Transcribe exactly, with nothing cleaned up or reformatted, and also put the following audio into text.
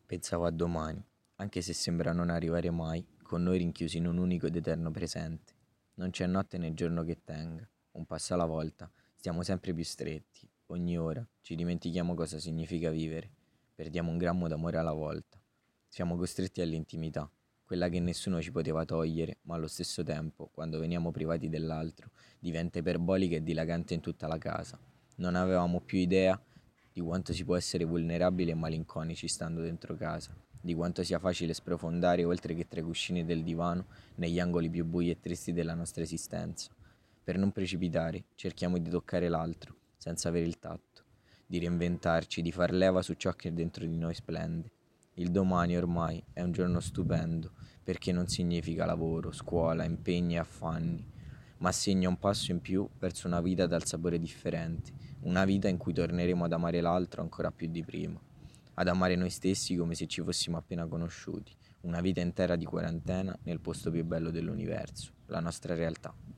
Pensavo a domani, anche se sembra non arrivare mai, con noi rinchiusi in un unico ed eterno presente. Non c'è notte né giorno che tenga, un passo alla volta, stiamo sempre più stretti. Ogni ora ci dimentichiamo cosa significa vivere, perdiamo un grammo d'amore alla volta. Siamo costretti all'intimità, quella che nessuno ci poteva togliere, ma allo stesso tempo, quando veniamo privati dell'altro, diventa iperbolica e dilagante in tutta la casa. Non avevamo più idea di quanto si può essere vulnerabili e malinconici stando dentro casa, di quanto sia facile sprofondare oltre che tra i cuscini del divano negli angoli più bui e tristi della nostra esistenza. Per non precipitare, cerchiamo di toccare l'altro, senza avere il tatto, di reinventarci, di far leva su ciò che dentro di noi splende. Il domani ormai è un giorno stupendo, perché non significa lavoro, scuola, impegni e affanni, ma segna un passo in più verso una vita dal sapore differente, una vita in cui torneremo ad amare l'altro ancora più di prima, ad amare noi stessi come se ci fossimo appena conosciuti, una vita intera di quarantena nel posto più bello dell'universo, la nostra realtà.